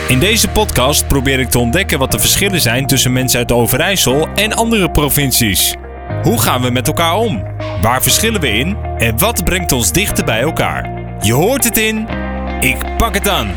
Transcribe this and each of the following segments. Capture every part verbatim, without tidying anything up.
In deze podcast probeer ik te ontdekken wat de verschillen zijn tussen mensen uit Overijssel en andere provincies. Hoe gaan we met elkaar om? Waar verschillen we in? En wat brengt ons dichter bij elkaar? Je hoort het in Ik Pak Het Aan.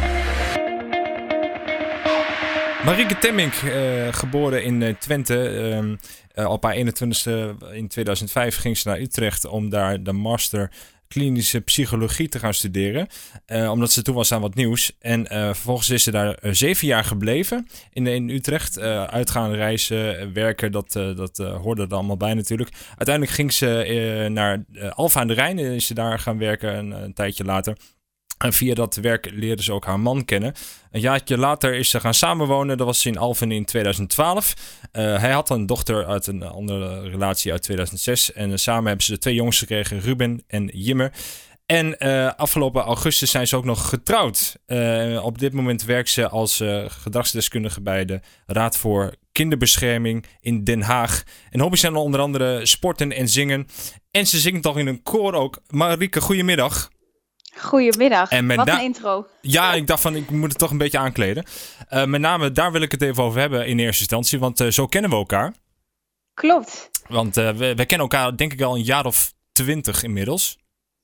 Marieke Temmink, uh, geboren in uh, Twente. Uh, uh, op haar eenentwintigste in tweeduizend vijf ging ze naar Utrecht om daar de master klinische psychologie te gaan studeren. Uh, omdat ze toen was aan wat nieuws. En uh, vervolgens is ze daar uh, zeven jaar gebleven in, in Utrecht. Uh, uitgaan, reizen, werken, dat, uh, dat uh, hoorde er allemaal bij natuurlijk. Uiteindelijk ging ze uh, naar uh, Alphen aan de Rijn en is ze daar gaan werken een, een tijdje later. En via dat werk leerde ze ook haar man kennen. Een jaartje later is ze gaan samenwonen. Dat was in Alphen in tweeduizend twaalf. Uh, hij had een dochter uit een andere relatie uit tweeduizend zes. En uh, samen hebben ze de twee jongens gekregen, Ruben en Jimmer. En uh, afgelopen augustus zijn ze ook nog getrouwd. Uh, op dit moment werkt ze als uh, gedragsdeskundige bij de Raad voor Kinderbescherming in Den Haag. En hobby's zijn onder andere sporten en zingen. En ze zingt toch in een koor ook. Marieke, goedemiddag. Goedemiddag, en wat na- een intro. Ja, ik dacht van, ik moet het toch een beetje aankleden. Uh, met name, daar wil ik het even over hebben in eerste instantie, want uh, zo kennen we elkaar. Klopt. Want uh, we, we kennen elkaar denk ik al een jaar of twintig inmiddels.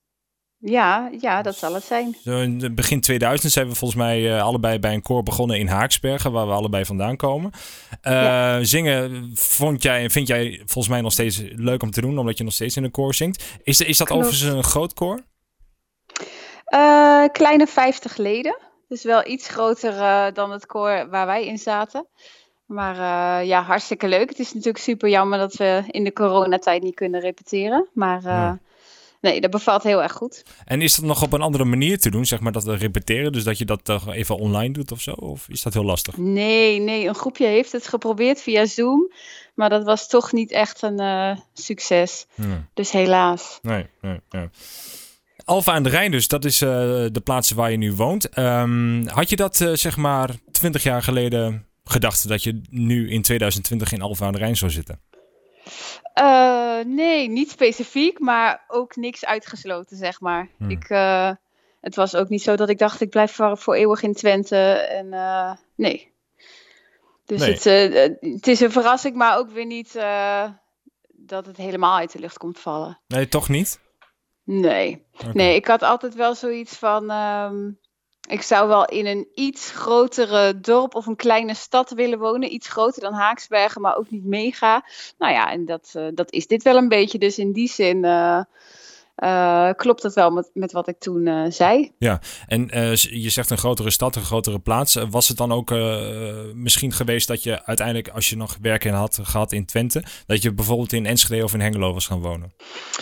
Ja, ja, dat zal het zijn. Zo in begin tweeduizend zijn we volgens mij uh, allebei bij een koor begonnen in Haaksbergen, waar we allebei vandaan komen. Uh, ja. Zingen vond jij, vind jij volgens mij nog steeds leuk om te doen, omdat je nog steeds in een koor zingt. Is, is dat Klopt. Overigens een groot koor? Uh, kleine vijftig leden. Dus wel iets groter uh, dan het koor waar wij in zaten. Maar uh, ja, hartstikke leuk. Het is natuurlijk super jammer dat we in de coronatijd niet kunnen repeteren. Maar uh, ja. nee, dat bevalt heel erg goed. En is dat nog op een andere manier te doen, zeg maar, dat we repeteren? Dus dat je dat toch even online doet of zo? Of is dat heel lastig? Nee, nee. Een groepje heeft het geprobeerd via Zoom. Maar dat was toch niet echt een uh, succes. Ja. Dus helaas. Nee, nee, nee. Alphen aan de Rijn dus, dat is uh, de plaats waar je nu woont. Um, had je dat uh, zeg maar twintig jaar geleden gedacht dat je nu in tweeduizend twintig in Alphen aan de Rijn zou zitten? Uh, nee, niet specifiek, maar ook niks uitgesloten, zeg maar. Hmm. Ik, uh, het was ook niet zo dat ik dacht, ik blijf voor, voor eeuwig in Twente. En uh, nee. Dus nee. Het, uh, het is een verrassing, maar ook weer niet uh, dat het helemaal uit de lucht komt vallen. Nee, toch niet? Nee. Okay. nee, ik had altijd wel zoiets van, um, ik zou wel in een iets grotere dorp of een kleine stad willen wonen. Iets groter dan Haaksbergen, maar ook niet mega. Nou ja, en dat, uh, dat is dit wel een beetje. Dus in die zin uh, uh, klopt het wel met, met wat ik toen uh, zei. Ja, en uh, je zegt een grotere stad, een grotere plaats. Was het dan ook uh, misschien geweest dat je uiteindelijk, als je nog werk had gehad in Twente, dat je bijvoorbeeld in Enschede of in Hengelo was gaan wonen?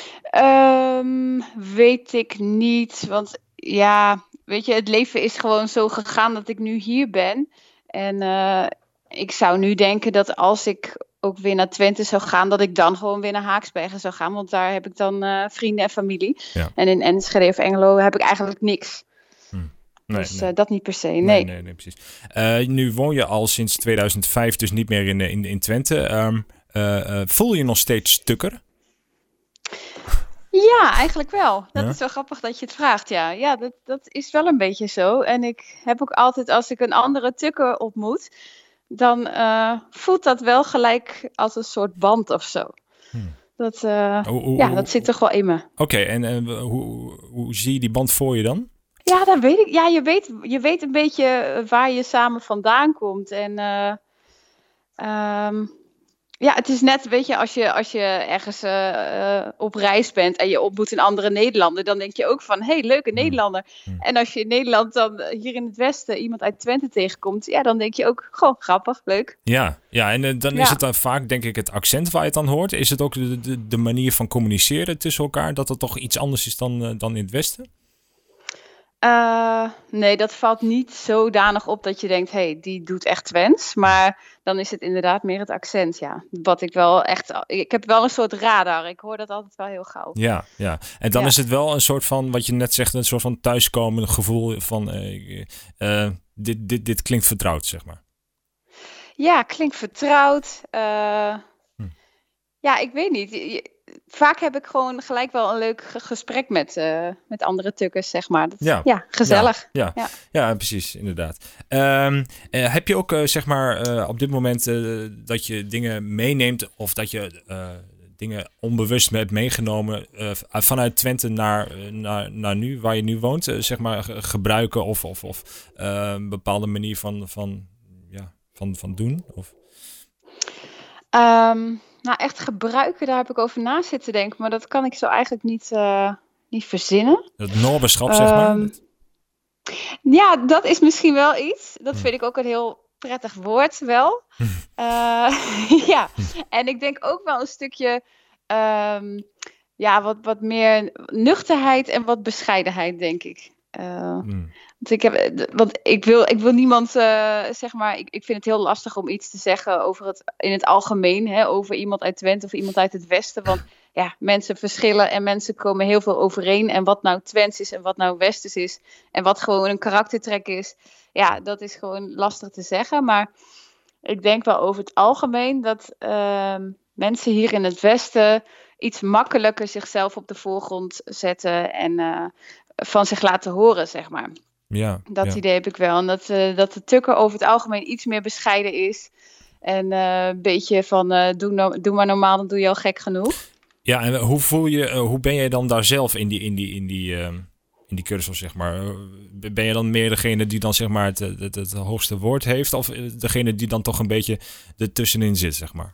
Um, weet ik niet, want ja, weet je, het leven is gewoon zo gegaan dat ik nu hier ben. En uh, ik zou nu denken dat als ik ook weer naar Twente zou gaan, dat ik dan gewoon weer naar Haaksbergen zou gaan. Want daar heb ik dan uh, vrienden en familie. Ja. En in Enschede of Engelo heb ik eigenlijk niks. Hm. Nee, dus nee. Uh, dat niet per se, nee. Nee, nee, nee precies. Uh, nu woon je al sinds tweeduizend vijf dus niet meer in, in, in Twente. Um, uh, uh, voel je nog steeds stukker? Ja, eigenlijk wel. Dat ja? is wel grappig dat je het vraagt, ja. Ja, dat, dat is wel een beetje zo. En ik heb ook altijd, als ik een andere tukker ontmoet, dan uh, voelt dat wel gelijk als een soort band of zo. Hmm. Dat, uh, oh, oh, ja, dat zit toch wel in me. Oké, okay, en uh, hoe, hoe zie je die band voor je dan? Ja, dat weet ik. Ja, je weet, je weet een beetje waar je samen vandaan komt. En uh, um, ja, het is net, weet je, als je, als je ergens uh, uh, op reis bent en je ontmoet een andere Nederlander, dan denk je ook van, hé, hey, leuke Nederlander. Mm. En als je in Nederland dan hier in het Westen iemand uit Twente tegenkomt, ja, dan denk je ook, goh, grappig, leuk. Ja, ja en uh, dan ja. is het dan vaak, denk ik, het accent waar je het dan hoort. Is het ook de, de, de manier van communiceren tussen elkaar, dat het toch iets anders is dan, uh, dan in het Westen? Uh, nee, dat valt niet zodanig op dat je denkt, hé, hey, die doet echt Twents. Maar dan is het inderdaad meer het accent, ja. Wat ik wel echt... Ik heb wel een soort radar. Ik hoor dat altijd wel heel gauw. Ja, ja. En dan ja. is het wel een soort van, wat je net zegt, een soort van thuiskomend gevoel van... Uh, uh, dit, dit, dit klinkt vertrouwd, zeg maar. Ja, klinkt vertrouwd. Uh, hm. Ja, ik weet niet. vaak heb ik gewoon gelijk wel een leuk ge- gesprek met, uh, met andere tukkers, zeg maar. Dat, Ja. ja, gezellig. Ja, ja. ja. ja precies, inderdaad. Um, uh, heb je ook, uh, zeg maar, uh, op dit moment uh, dat je dingen meeneemt of dat je uh, dingen onbewust hebt meegenomen uh, vanuit Twente naar, uh, naar, naar nu, waar je nu woont, uh, zeg maar, gebruiken of, of, of uh, een bepaalde manier van, van, ja, van, van doen? Of? Um, nou, echt gebruiken, daar heb ik over na zitten denken. Maar dat kan ik zo eigenlijk niet, uh, niet verzinnen. Het noorderschap, um, zeg maar? Ja, dat is misschien wel iets. Dat vind ik ook een heel prettig woord wel. uh, ja, en ik denk ook wel een stukje... Um, ja, wat, wat meer nuchterheid en wat bescheidenheid, denk ik. Uh, mm. Want ik, heb, want ik, wil, ik wil niemand, uh, zeg maar, ik, ik vind het heel lastig om iets te zeggen over het, in het algemeen, hè, over iemand uit Twente of iemand uit het Westen. Want ja, mensen verschillen en mensen komen heel veel overeen. En wat nou Twents is en wat nou Westers is en wat gewoon een karaktertrek is, ja, dat is gewoon lastig te zeggen. Maar ik denk wel over het algemeen dat uh, mensen hier in het Westen iets makkelijker zichzelf op de voorgrond zetten en uh, van zich laten horen, zeg maar. Ja, dat ja. idee heb ik wel. En dat, uh, dat de tukker over het algemeen iets meer bescheiden is. En uh, een beetje van, uh, doe, no- doe maar normaal, dan doe je al gek genoeg. Ja, en hoe voel je, uh, hoe ben jij dan daar zelf in die, in die, in die, uh, in die cursus, zeg maar? Uh, ben je dan meer degene die dan, zeg maar, het, het, het hoogste woord heeft? Of degene die dan toch een beetje ertussenin zit, zeg maar?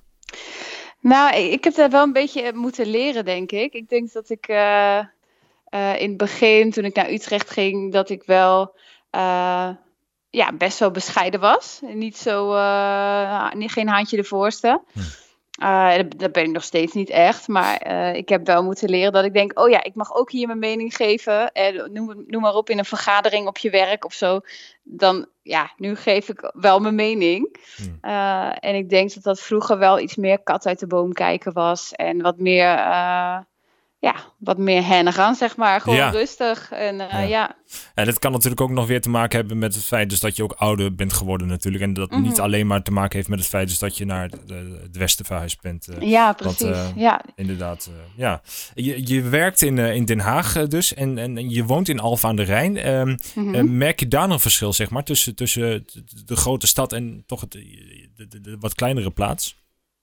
Nou, ik heb dat wel een beetje moeten leren, denk ik. Ik denk dat ik uh, uh, in het begin, toen ik naar Utrecht ging, dat ik wel uh, ja, best wel bescheiden was. Niet zo, uh, geen handje de voorste. Hm. Uh, dat ben ik nog steeds niet echt. Maar uh, ik heb wel moeten leren dat ik denk, oh ja, ik mag ook hier mijn mening geven. Eh, noem, noem maar op, in een vergadering op je werk of zo. Dan, ja, nu geef ik wel mijn mening. Hmm. Uh, en ik denk dat dat vroeger wel iets meer kat uit de boom kijken was. En wat meer, uh, ja, wat meer hen gaan, zeg maar. Gewoon ja. rustig. En, uh, ja. Ja. En dat kan natuurlijk ook nog weer te maken hebben met het feit dus dat je ook ouder bent geworden natuurlijk. En dat mm-hmm. niet alleen maar te maken heeft met het feit dus dat je naar het, het westen verhuisd bent. Uh, ja, precies. Want, uh, ja. Inderdaad, uh, ja. Je, je werkt in, uh, in Den Haag uh, dus en, en je woont in Alphen aan de Rijn. Um, mm-hmm. uh, merk je daar een verschil, zeg maar, tussen, tussen de grote stad en toch het, de, de, de wat kleinere plaats?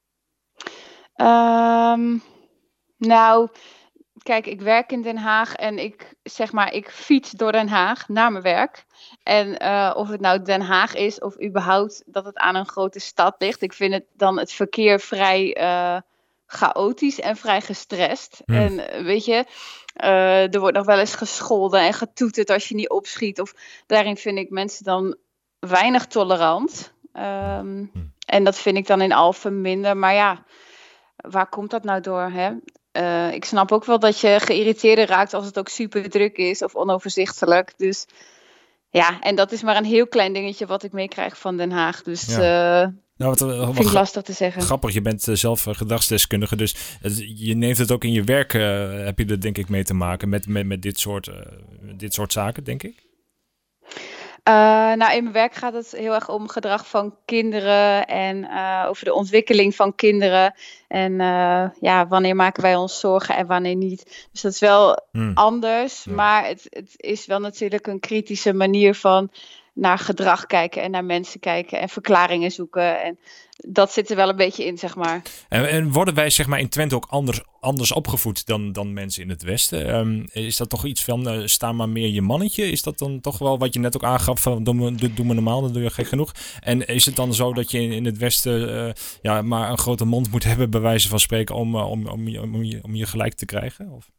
Um, nou... Kijk, ik werk in Den Haag en ik zeg maar, ik fiets door Den Haag naar mijn werk. En uh, of het nou Den Haag is of überhaupt dat het aan een grote stad ligt. Ik vind het dan het verkeer vrij uh, chaotisch en vrij gestrest. Hmm. En weet je, uh, er wordt nog wel eens gescholden en getoeterd als je niet opschiet. Of daarin vind ik mensen dan weinig tolerant. Um, hmm. En dat vind ik dan in Alphen minder. Maar ja, waar komt dat nou door, hè? Uh, ik snap ook wel dat je geïrriteerder raakt als het ook super druk is of onoverzichtelijk. Dus ja, en dat is maar een heel klein dingetje wat ik meekrijg van Den Haag. Dus ja. uh, nou, wat, uh, vind ik lastig te zeggen. Grappig, je bent uh, zelf uh, gedragsdeskundige, dus uh, je neemt het ook in je werk, uh, heb je er denk ik mee te maken met, met, met dit, soort, uh, dit soort zaken, denk ik? Uh, nou, in mijn werk gaat het heel erg om gedrag van kinderen en uh, over de ontwikkeling van kinderen. En uh, ja, wanneer maken wij ons zorgen en wanneer niet. Dus dat is wel hmm. anders, ja. maar het, het is wel natuurlijk een kritische manier van naar gedrag kijken en naar mensen kijken en verklaringen zoeken. En dat zit er wel een beetje in, zeg maar. En, en worden wij, zeg maar, in Twente ook anders, anders opgevoed dan, dan mensen in het Westen? Um, is dat toch iets van, uh, sta maar meer je mannetje? Is dat dan toch wel wat je net ook aangaf van, doe, doe, doe maar normaal, dan doe je gek genoeg? En is het dan zo dat je in, in het Westen uh, ja, maar een grote mond moet hebben, bij wijze van spreken, om, uh, om, om, om, om, je, om je gelijk te krijgen? Of?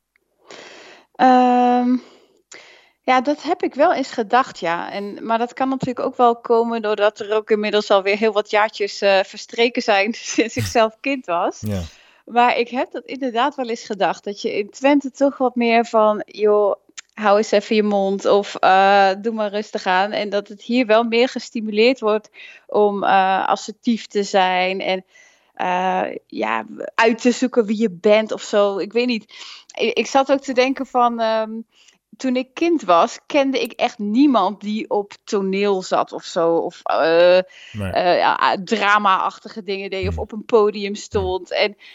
Um... Ja, dat heb ik wel eens gedacht, ja. En, maar dat kan natuurlijk ook wel komen doordat er ook inmiddels alweer heel wat jaartjes uh, verstreken zijn sinds ik zelf kind was. Ja. Maar ik heb dat inderdaad wel eens gedacht. Dat je in Twente toch wat meer van, joh, hou eens even je mond of uh, doe maar rustig aan. En dat het hier wel meer gestimuleerd wordt om uh, assertief te zijn en uh, ja, uit te zoeken wie je bent of zo. Ik weet niet. Ik, ik zat ook te denken van... Um, Toen ik kind was, kende ik echt niemand die op toneel zat of zo. Of uh, nee. uh, ja, drama-achtige dingen deed. Of op een podium stond. En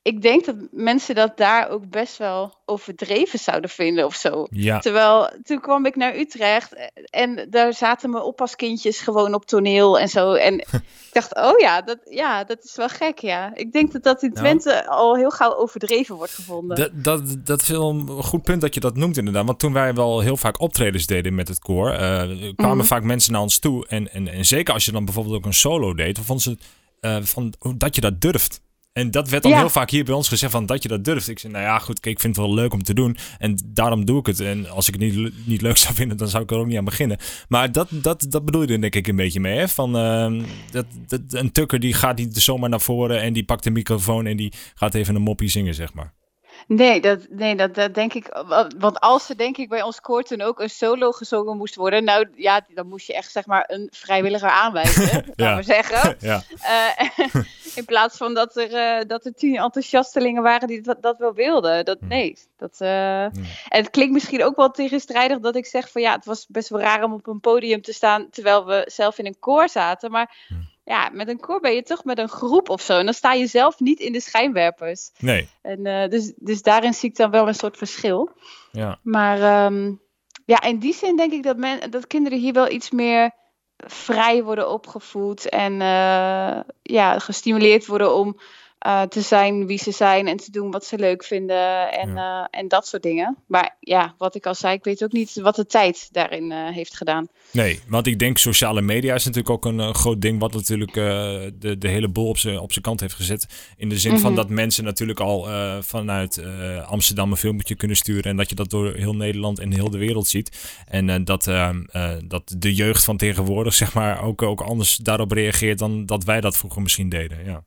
ik denk dat mensen dat daar ook best wel overdreven zouden vinden of zo. Ja. Terwijl toen kwam ik naar Utrecht en daar zaten mijn oppaskindjes gewoon op toneel en zo. En ik dacht, oh ja dat, ja, dat is wel gek, ja. Ik denk dat dat in Twente nou, al heel gauw overdreven wordt gevonden. Dat, dat, dat is wel een goed punt dat je dat noemt inderdaad. Want toen wij wel heel vaak optredens deden met het koor, uh, kwamen mm. vaak mensen naar ons toe. En, en, en zeker als je dan bijvoorbeeld ook een solo deed, dan vonden ze uh, van, dat je dat durft. En dat werd dan ja. heel vaak hier bij ons gezegd van dat je dat durft. Ik zei, nou ja, goed, kijk, ik vind het wel leuk om te doen. En daarom doe ik het. En als ik het niet, niet leuk zou vinden, dan zou ik er ook niet aan beginnen. Maar dat, dat, dat bedoel je er denk ik een beetje mee, hè? Van, uh, dat, dat, een tukker die gaat niet zomaar naar voren en die pakt de microfoon en die gaat even een moppie zingen, zeg maar. Nee, dat, nee dat, dat denk ik. Want als er denk ik bij ons koor toen ook een solo gezongen moest worden. Nou ja, dan moest je echt zeg maar een vrijwilliger aanwijzen. ja. Laten we zeggen. ja. uh, in plaats van dat er, uh, dat er tien enthousiastelingen waren die dat, dat wel wilden. Dat, nee. Dat, uh... hmm. En het klinkt misschien ook wel tegenstrijdig dat ik zeg van ja, het was best wel raar om op een podium te staan terwijl we zelf in een koor zaten. Maar hmm. ja, met een koor ben je toch met een groep of zo. En dan sta je zelf niet in de schijnwerpers. Nee. En, uh, dus, dus daarin zie ik dan wel een soort verschil. Ja. Maar um, ja, in die zin denk ik dat, men, dat kinderen hier wel iets meer vrij worden opgevoed. En uh, ja, gestimuleerd worden om uh, te zijn wie ze zijn. En te doen wat ze leuk vinden. En, ja. uh, en dat soort dingen. Maar ja, wat ik al zei, ik weet ook niet wat de tijd daarin uh, heeft gedaan. Nee, want ik denk sociale media is natuurlijk ook een uh, groot ding wat natuurlijk uh, de, de hele boel op zijn op zijn kant heeft gezet. In de zin mm-hmm. van dat mensen natuurlijk al uh, vanuit uh, Amsterdam een filmpje kunnen sturen en dat je dat door heel Nederland en heel de wereld ziet. En uh, dat, uh, uh, dat de jeugd van tegenwoordig zeg maar ook, ook anders daarop reageert dan dat wij dat vroeger misschien deden. Ja,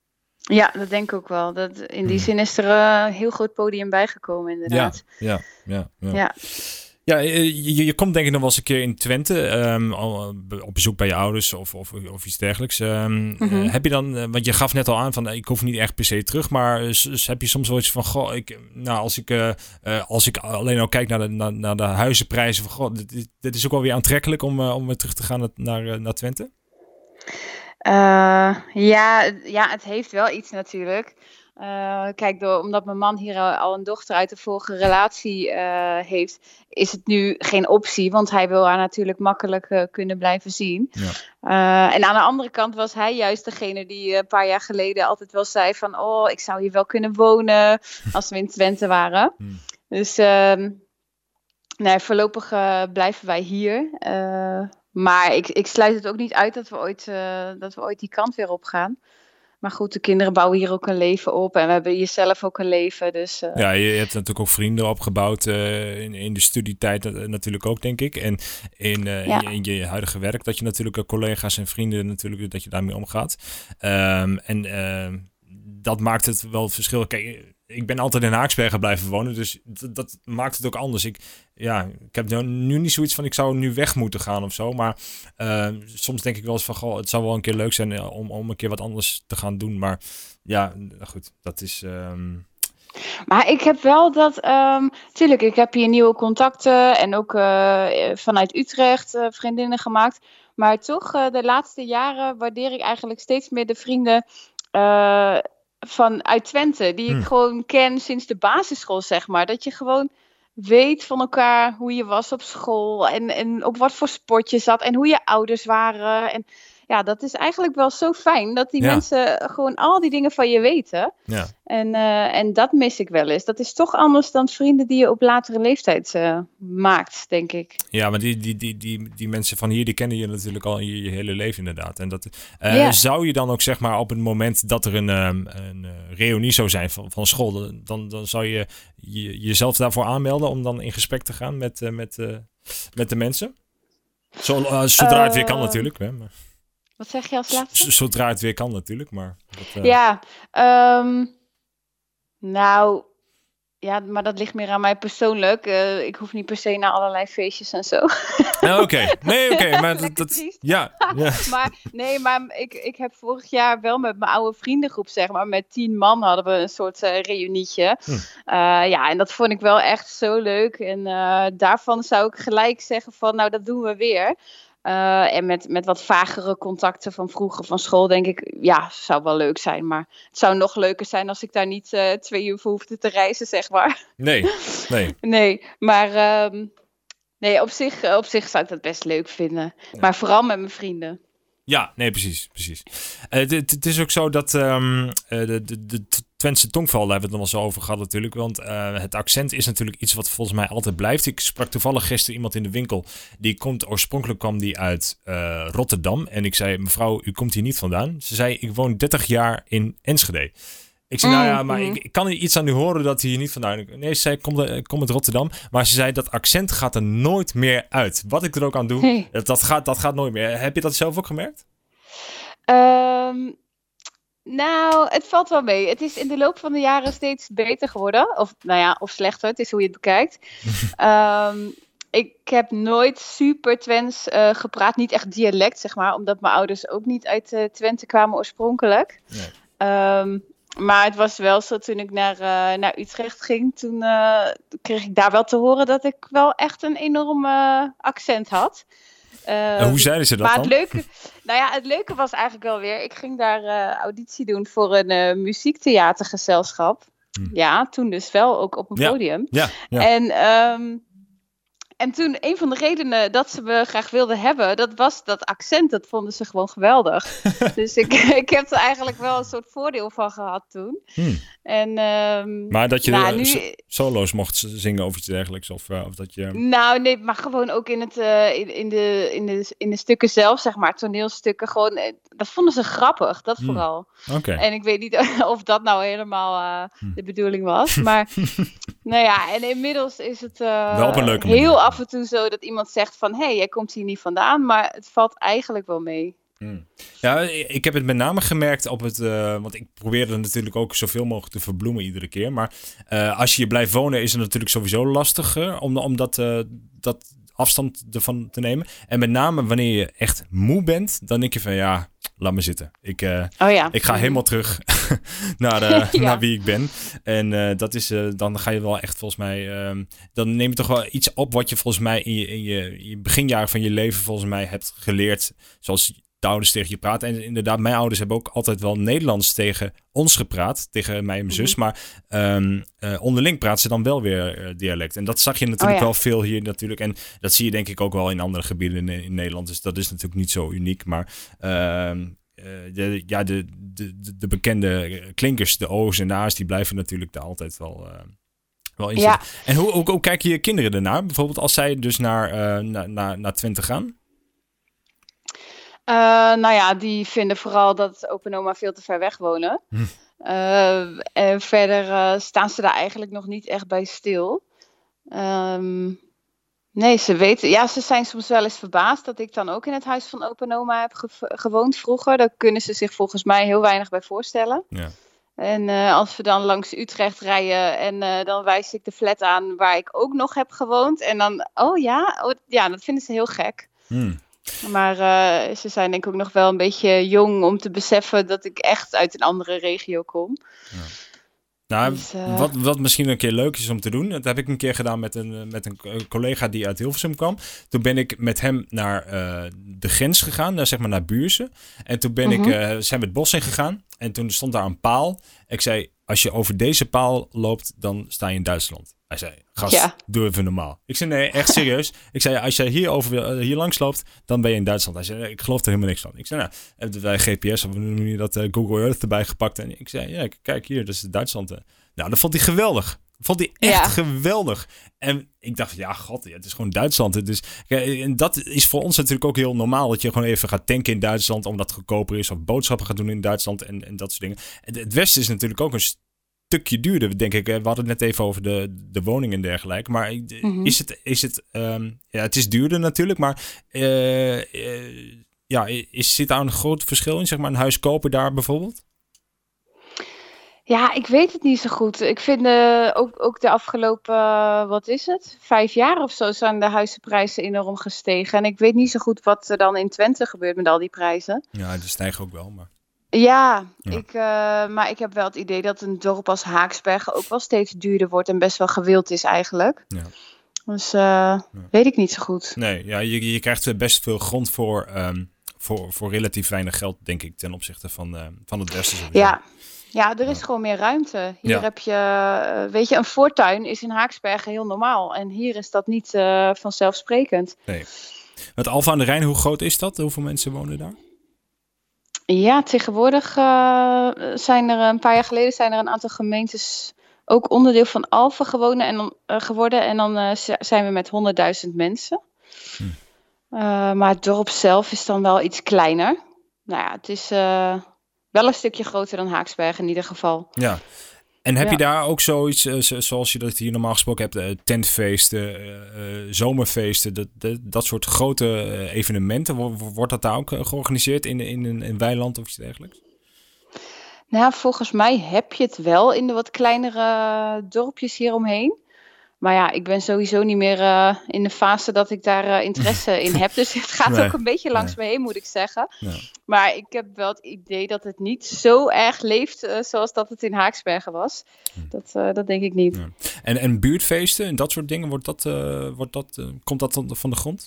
ja dat denk ik ook wel. Dat, in die mm. zin is er een uh, heel groot podium bijgekomen inderdaad. Ja, ja, ja. ja. ja. Ja, je, je komt denk ik nog wel eens een keer in Twente um, op bezoek bij je ouders of, of, of iets dergelijks. Um, mm-hmm. uh, heb je dan, uh, want je gaf net al aan van ik hoef niet echt per se terug, maar uh, s- heb je soms wel iets van, goh, ik, nou als ik, uh, uh, als ik alleen al kijk naar de, naar, naar de huizenprijzen, van goh, dit, dit is ook wel weer aantrekkelijk om, uh, om weer terug te gaan naar, naar, uh, naar Twente? Uh, ja, ja, het heeft wel iets natuurlijk. Uh, kijk, door, omdat mijn man hier al, al een dochter uit de vorige relatie uh, heeft, is het nu geen optie, want hij wil haar natuurlijk makkelijk uh, kunnen blijven zien. Ja. Uh, en aan de andere kant was hij juist degene die uh, een paar jaar geleden altijd wel zei van, oh, ik zou hier wel kunnen wonen als we in Twente waren. Hmm. Dus uh, nee, voorlopig uh, blijven wij hier. Uh, maar ik, ik sluit het ook niet uit dat we ooit, uh, dat we ooit die kant weer op gaan. Maar goed, de kinderen bouwen hier ook een leven op. En we hebben hier zelf ook een leven. Dus, uh... Ja, je hebt natuurlijk ook vrienden opgebouwd uh, in, in de studietijd uh, natuurlijk ook, denk ik. En in, uh, ja. in, je, in je huidige werk, dat je natuurlijk uh, collega's en vrienden natuurlijk, dat je daarmee omgaat. Um, en uh, dat maakt het wel het verschil. Kijk, ik ben altijd in Haaksbergen blijven wonen, dus dat, dat maakt het ook anders. Ik, ja, ik heb nu niet zoiets van, ik zou nu weg moeten gaan of zo. Maar uh, soms denk ik wel eens van, goh, het zou wel een keer leuk zijn om, om een keer wat anders te gaan doen. Maar ja, goed, dat is... Um... Maar ik heb wel dat, um, tuurlijk, ik heb hier nieuwe contacten en ook uh, vanuit Utrecht uh, vriendinnen gemaakt. Maar toch, uh, de laatste jaren waardeer ik eigenlijk steeds meer de vrienden... Uh, van uit Twente, die ik hmm. gewoon ken sinds de basisschool, zeg maar. Dat je gewoon weet van elkaar hoe je was op school en, en op wat voor sport je zat en hoe je ouders waren. En ja, dat is eigenlijk wel zo fijn dat die ja. mensen gewoon al die dingen van je weten. Ja. En, uh, en dat mis ik wel eens. Dat is toch anders dan vrienden die je op latere leeftijd uh, maakt, denk ik. Ja, maar die, die, die, die, die mensen van hier, die kennen je natuurlijk al je, je hele leven inderdaad. En dat, uh, ja. Zou je dan ook zeg maar op het moment dat er een, um, een uh, reunie zou zijn van, van school, dan, dan zou je, je jezelf daarvoor aanmelden om dan in gesprek te gaan met, uh, met, uh, met de mensen? Zo, uh, zodra uh, het weer kan natuurlijk, hè, maar... Wat zeg je als laatste? Zodra het weer kan natuurlijk, maar... Dat, uh... Ja, um, nou... Ja, maar dat ligt meer aan mij persoonlijk. Uh, ik hoef niet per se naar allerlei feestjes en zo. Ja, oké. Okay. Nee, oké. Okay, maar dat... dat ja, ja. maar nee, maar ik, ik heb vorig jaar wel met mijn oude vriendengroep, zeg maar, met tien man hadden we een soort uh, reunietje. Hm. Uh, ja, en dat vond ik wel echt zo leuk. En uh, daarvan zou ik gelijk zeggen van, nou, dat doen we weer. Uh, en met, met wat vagere contacten van vroeger van school, denk ik, ja, zou wel leuk zijn. Maar het zou nog leuker zijn als ik daar niet uh, twee uur voor hoefde te reizen, zeg maar. Nee, nee. nee, maar um, nee, op zich, op zich zou ik dat best leuk vinden. Ja. Maar vooral met mijn vrienden. Ja, nee, precies, precies. Het uh, is ook zo dat um, uh, de, de, de Twentse tongval, daar hebben we het nog wel eens over gehad natuurlijk. Want uh, het accent is natuurlijk iets wat volgens mij altijd blijft. Ik sprak toevallig gisteren iemand in de winkel. Die komt, oorspronkelijk kwam die uit uh, Rotterdam. En ik zei, mevrouw, u komt hier niet vandaan. Ze zei, ik woon dertig jaar in Enschede. Ik zei, nou ja, maar ik, ik kan iets aan u horen dat hij hier niet vandaan... Nee, ze zei, kom, de, kom uit Rotterdam. Maar ze zei, dat accent gaat er nooit meer uit. Wat ik er ook aan doe, hey. dat, dat, gaat, dat gaat nooit meer. Heb je dat zelf ook gemerkt? Um, nou, het valt wel mee. Het is in de loop van de jaren steeds beter geworden. Of, nou ja, of slechter. Het is hoe je het bekijkt. um, ik heb nooit super Twents uh, gepraat. Niet echt dialect, zeg maar. Omdat mijn ouders ook niet uit uh, Twente kwamen oorspronkelijk. Nee. Um, Maar het was wel zo, toen ik naar, uh, naar Utrecht ging, toen uh, kreeg ik daar wel te horen dat ik wel echt een enorm uh, accent had. Uh, en hoe zeiden ze dat maar dan? Het leuke, nou ja, het leuke was eigenlijk wel weer, ik ging daar uh, auditie doen voor een uh, muziektheatergezelschap. Hm. Ja, toen dus wel, ook op een ja. podium. Ja, ja. En... Um, En toen, een van de redenen dat ze me graag wilden hebben, dat was dat accent. Dat vonden ze gewoon geweldig. dus ik, ik heb er eigenlijk wel een soort voordeel van gehad toen. Hmm. En, um, maar dat je nou, nu... solo's mocht zingen of iets dergelijks? Of, uh, of dat je... Nou, nee, maar gewoon ook in, het, uh, in, in, de, in, de, in de stukken zelf, zeg maar, toneelstukken. Gewoon, dat vonden ze grappig, dat hmm. vooral. Okay. En ik weet niet of dat nou helemaal uh, hmm. de bedoeling was. Maar, nou ja, en inmiddels is het uh, wel op een leuke heel manier. af en toe zo dat iemand zegt van, hé, hey, jij komt hier niet vandaan. Maar het valt eigenlijk wel mee. Hmm. Ja, ik heb het met name gemerkt op het... Uh, want ik probeerde natuurlijk ook zoveel mogelijk te verbloemen iedere keer. Maar uh, als je hier blijft wonen is het natuurlijk sowieso lastiger om, om dat, uh, dat afstand ervan te nemen. En met name wanneer je echt moe bent, dan denk je van ja, laat me zitten. Ik, uh, oh ja. ik ga helemaal terug naar, uh, ja. naar wie ik ben. En uh, dat is, uh, dan ga je wel echt volgens mij... Uh, dan neem je toch wel iets op wat je volgens mij in je, in je, in je beginjaren van je leven volgens mij hebt geleerd. Zoals de ouders tegen je praten. En inderdaad, mijn ouders hebben ook altijd wel Nederlands tegen ons gepraat. Tegen mij en mijn zus. Maar um, uh, onderling praten ze dan wel weer uh, dialect. En dat zag je natuurlijk oh, ja. wel veel hier natuurlijk. En dat zie je denk ik ook wel in andere gebieden in, in Nederland. Dus dat is natuurlijk niet zo uniek. Maar uh, uh, de, ja, de, de, de bekende klinkers, de O's en de A's, die blijven natuurlijk daar altijd wel... Uh, wel in ja. En hoe, hoe, hoe kijken je kinderen ernaar? Bijvoorbeeld als zij dus naar, uh, naar, naar, naar Twente gaan? Uh, nou ja, die vinden vooral dat opa en oma veel te ver weg wonen. Hm. Uh, en verder uh, staan ze daar eigenlijk nog niet echt bij stil. Um, nee, ze weten... Ja, ze zijn soms wel eens verbaasd dat ik dan ook in het huis van opa en oma heb ge- gewoond vroeger. Daar kunnen ze zich volgens mij heel weinig bij voorstellen. Ja. En uh, als we dan langs Utrecht rijden en uh, dan wijs ik de flat aan waar ik ook nog heb gewoond. En dan, oh ja, oh, ja, dat vinden ze heel gek. Hm. Maar uh, ze zijn denk ik ook nog wel een beetje jong om te beseffen dat ik echt uit een andere regio kom. Ja. Nou, dus, uh... wat, wat misschien een keer leuk is om te doen, dat heb ik een keer gedaan met een, met een collega die uit Hilversum kwam. Toen ben ik met hem naar uh, de grens gegaan, naar, zeg maar naar Buurzen. En toen ben uh-huh. ik, uh, zijn we het bos in gegaan en toen stond daar een paal. Ik zei, als je over deze paal loopt, dan sta je in Duitsland. Hij zei, gast, ja. doe even normaal. Ik zei, nee, echt serieus. Ik zei, als jij hier, over, hier langs loopt, dan ben je in Duitsland. Hij zei, nee, ik geloof er helemaal niks van. Ik zei, nou, hebben wij G P S, of noem je dat, uh, Google Earth erbij gepakt. En ik zei, ja, kijk hier, dat is Duitsland. Nou, dat vond hij geweldig. Vond hij echt ja. geweldig. En ik dacht, ja, god, ja, het is gewoon Duitsland. Dus, en dat is voor ons natuurlijk ook heel normaal. Dat je gewoon even gaat tanken in Duitsland, omdat het goedkoper is. Of boodschappen gaat doen in Duitsland en, en dat soort dingen. En het Westen is natuurlijk ook een stukje duurder, denk ik. We hadden het net even over de, de woningen en dergelijke. Maar mm-hmm. is het... Is het um, ja, het is duurder natuurlijk, maar... Uh, uh, ja, is, zit daar een groot verschil in, zeg maar, een huis kopen daar bijvoorbeeld? Ja, ik weet het niet zo goed. Ik vind uh, ook, ook de afgelopen, uh, wat is het, vijf jaar of zo zijn de huizenprijzen enorm gestegen. En ik weet niet zo goed wat er dan in Twente gebeurt met al die prijzen. Ja, die stijgen ook wel, maar... Ja, ja. Ik, uh, maar ik heb wel het idee dat een dorp als Haaksbergen ook wel steeds duurder wordt en best wel gewild is eigenlijk. Ja. Dus uh, ja. weet ik niet zo goed. Nee, ja, je, je krijgt best veel grond voor, um, voor, voor relatief weinig geld, denk ik, ten opzichte van, uh, van het westen. Sowieso. Ja. Ja, er is ja. gewoon meer ruimte. Hier ja. heb je, uh, weet je, een voortuin is in Haaksbergen heel normaal. En hier is dat niet uh, vanzelfsprekend. Nee. Het Alphen aan de Rijn, hoe groot is dat? Hoeveel mensen wonen daar? Ja, tegenwoordig uh, zijn er een paar jaar geleden zijn er een aantal gemeentes ook onderdeel van Alphen gewonnen en dan, uh, geworden. En dan uh, zijn we met honderdduizend mensen. Hm. Uh, maar het dorp zelf is dan wel iets kleiner. Nou ja, het is uh, wel een stukje groter dan Haaksbergen in ieder geval. Ja. En heb ja. je daar ook zoiets, uh, zoals je dat hier normaal gesproken hebt, uh, tentfeesten, uh, uh, zomerfeesten, dat, dat, dat soort grote uh, evenementen, wordt dat daar ook uh, georganiseerd in, in, in, in weiland of iets dergelijks? Nou, volgens mij heb je het wel in de wat kleinere dorpjes hieromheen. Maar ja, ik ben sowieso niet meer uh, in de fase dat ik daar uh, interesse in heb. Dus het gaat nee, ook een beetje langs nee. me heen, moet ik zeggen. Nee. Maar ik heb wel het idee dat het niet zo erg leeft uh, zoals dat het in Haaksbergen was. Hm. Dat, uh, dat denk ik niet. Ja. En, en buurtfeesten en dat soort dingen, wordt dat, uh, wordt dat, uh, komt dat van de grond?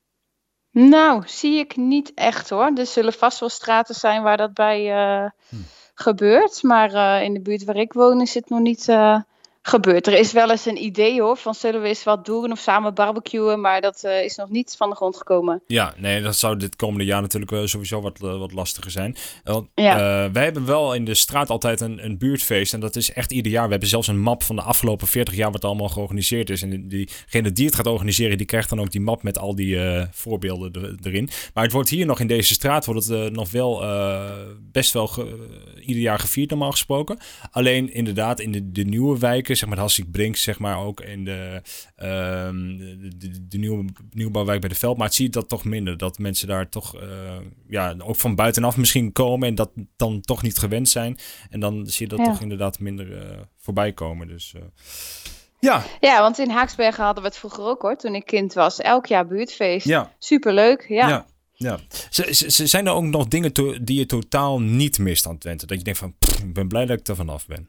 Nou, zie ik niet echt hoor. Er zullen vast wel straten zijn waar dat bij uh, hm. gebeurt. Maar uh, in de buurt waar ik woon is het nog niet... Uh, gebeurt. Er is wel eens een idee hoor, van zullen we eens wat doen of samen barbecuen, maar dat uh, is nog niet van de grond gekomen. Ja, nee, dat zou dit komende jaar natuurlijk uh, sowieso wat, uh, wat lastiger zijn. Want ja. uh, wij hebben wel in de straat altijd een, een buurtfeest en dat is echt ieder jaar. We hebben zelfs een map van de afgelopen veertig jaar wat allemaal georganiseerd is. En diegene die het gaat organiseren, die krijgt dan ook die map met al die uh, voorbeelden er, erin. Maar het wordt hier nog in deze straat, wordt het uh, nog wel uh, best wel ge, uh, ieder jaar gevierd normaal gesproken. Alleen inderdaad in de, de nieuwe wijken, zeg maar de Hasselt-Brink, zeg maar ook in de, uh, de, de, de nieuwe, nieuwbouwwijk bij de Veldmaat, zie je dat toch minder. Dat mensen daar toch uh, ja, ook van buitenaf misschien komen en dat dan toch niet gewend zijn. En dan zie je dat ja. toch inderdaad minder uh, voorbij komen. Dus uh, ja. Ja, want in Haaksbergen hadden we het vroeger ook hoor, toen ik kind was. Elk jaar buurtfeest. Ja. Superleuk, ja. ja. Ja. Z- z- zijn er ook nog dingen to- die je totaal niet mist aan Twente? Dat je denkt van, pff, ik ben blij dat ik er vanaf ben.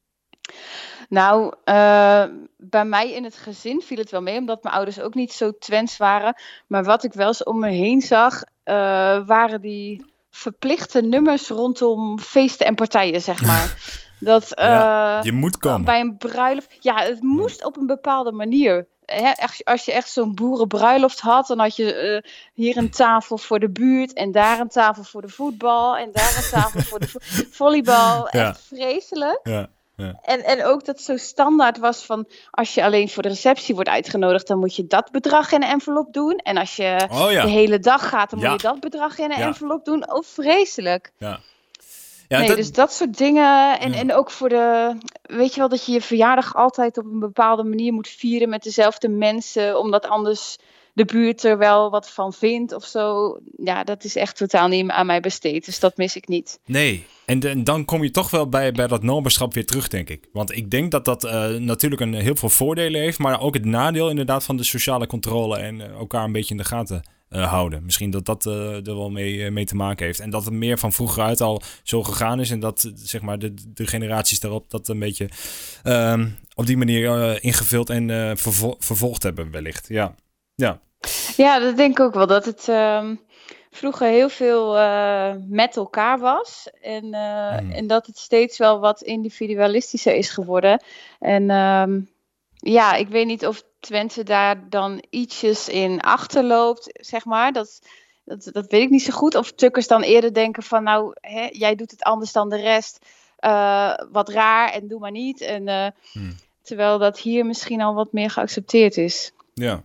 Nou, uh, bij mij in het gezin viel het wel mee, omdat mijn ouders ook niet zo Twents waren. Maar wat ik wel eens om me heen zag, uh, waren die verplichte nummers rondom feesten en partijen, zeg maar. Dat, uh, ja, je moet komen. Bij een bruiloft, ja, het moest op een bepaalde manier. He, als je echt zo'n boerenbruiloft had, dan had je uh, hier een tafel voor de buurt en daar een tafel voor de voetbal en daar een tafel voor de vo- volleybal. Ja. Echt vreselijk. Ja. Ja. En, en ook dat zo standaard was van, als je alleen voor de receptie wordt uitgenodigd, dan moet je dat bedrag in een envelop doen. En als je oh, ja. de hele dag gaat, dan ja. moet je dat bedrag in een ja. envelop doen. Oh, vreselijk. Ja. Ja, nee, dat... dus dat soort dingen. En, ja. en ook voor de, weet je wel, dat je je verjaardag altijd op een bepaalde manier moet vieren met dezelfde mensen, omdat anders de buurt er wel wat van vindt of zo. Ja, dat is echt totaal niet aan mij besteed. Dus dat mis ik niet. Nee, en, en dan kom je toch wel bij, bij dat noberschap weer terug, denk ik. Want ik denk dat dat uh, natuurlijk een, heel veel voordelen heeft, maar ook het nadeel inderdaad van de sociale controle en uh, elkaar een beetje in de gaten uh, houden. Misschien dat dat uh, er wel mee, uh, mee te maken heeft. En dat het meer van vroeger uit al zo gegaan is en dat zeg maar de, de generaties daarop dat een beetje uh, op die manier uh, ingevuld en uh, vervo- vervolgd hebben wellicht. Ja, ja. Ja, dat denk ik ook wel. Dat het uh, vroeger heel veel uh, met elkaar was. En, uh, mm. en dat het steeds wel wat individualistischer is geworden. En um, ja, ik weet niet of Twente daar dan ietsjes in achterloopt, zeg maar. Dat, dat, dat weet ik niet zo goed. Of tukkers dan eerder denken van, nou, hè, jij doet het anders dan de rest. Uh, wat raar en doe maar niet. En, uh, mm. Terwijl dat hier misschien al wat meer geaccepteerd is. Ja.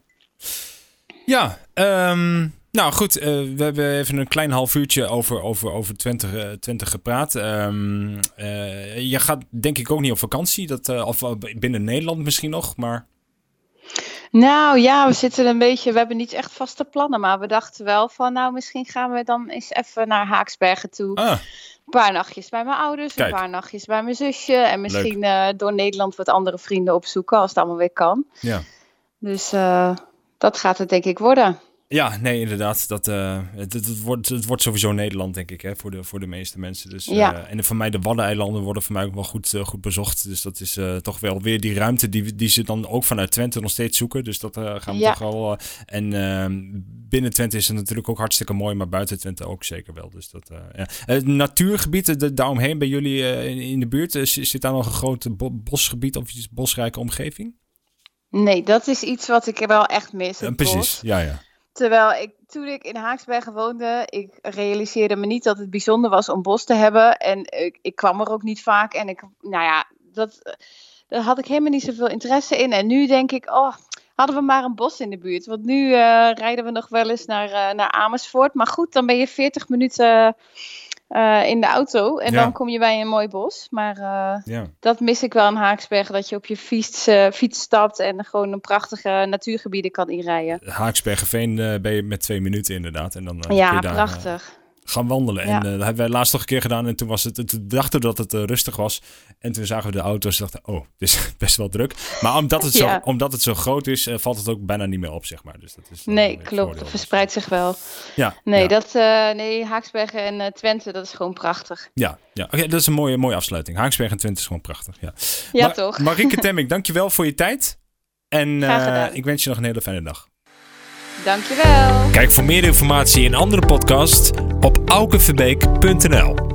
Ja, um, nou goed, uh, we hebben even een klein half uurtje over, over, over Twente, uh, Twente gepraat. Um, uh, je gaat denk ik ook niet op vakantie, dat, uh, of binnen Nederland misschien nog, maar... Nou ja, we zitten een beetje, we hebben niet echt vaste plannen, maar we dachten wel van, nou misschien gaan we dan eens even naar Haaksbergen toe. Ah. Een paar nachtjes bij mijn ouders, Kijk. een paar nachtjes bij mijn zusje en misschien uh, door Nederland wat andere vrienden opzoeken als het allemaal weer kan. Ja. Dus... Uh, Dat gaat het denk ik worden. Ja, nee, inderdaad. Dat, uh, het, het, het, wordt, het wordt sowieso Nederland, denk ik, hè, voor, de, voor de meeste mensen. Dus, uh, ja. En voor mij de Waddeneilanden worden voor mij ook wel goed, uh, goed bezocht. Dus dat is uh, toch wel weer die ruimte die, die ze dan ook vanuit Twente nog steeds zoeken. Dus dat uh, gaan we ja. toch wel... Uh, en uh, binnen Twente is het natuurlijk ook hartstikke mooi, maar buiten Twente ook zeker wel. Dus dat, uh, ja. Het natuurgebied de, daaromheen bij jullie uh, in, in de buurt, uh, zit daar nog een groot bo- bosgebied of iets bosrijke omgeving? Nee, dat is iets wat ik wel echt mis. Uh, precies, bos. ja, ja. Terwijl ik, toen ik in Haaksbergen woonde, ik realiseerde me niet dat het bijzonder was om bos te hebben. En ik, ik kwam er ook niet vaak. En ik, nou ja, dat, daar had ik helemaal niet zoveel interesse in. En nu denk ik, oh, hadden we maar een bos in de buurt. Want nu uh, rijden we nog wel eens naar, uh, naar Amersfoort. Maar goed, dan ben je veertig minuten uh, in de auto. En ja. dan kom je bij een mooi bos. Maar uh, ja. dat mis ik wel in Haaksbergen. Dat je op je fiets, uh, fiets stapt en gewoon een prachtige natuurgebieden kan inrijden. Haaksbergenveen uh, ben je met twee minuten inderdaad. En dan uh, ja, kun je daar, prachtig. Uh, gaan wandelen. Ja. En uh, dat hebben wij laatst nog een keer gedaan. En toen, was het, toen dachten we dat het uh, rustig was. En toen zagen we de auto's en dachten, oh, dit is best wel druk. Maar omdat het, ja. zo, omdat het zo groot is, uh, valt het ook bijna niet meer op, zeg maar. Dus dat is nee, klopt. Het verspreidt zich wel. Ja, nee, ja. Dat, uh, nee, Haaksbergen en uh, Twente, dat is gewoon prachtig. Ja, ja. Oké, okay, dat is een mooie, mooie afsluiting. Haaksbergen en Twente is gewoon prachtig. Ja, ja Ma- toch. Marieke Temmink, dankjewel voor je tijd. En uh, ik wens je nog een hele fijne dag. Dankjewel. Kijk voor meer informatie en andere podcasts op aukeverbeek punt n l.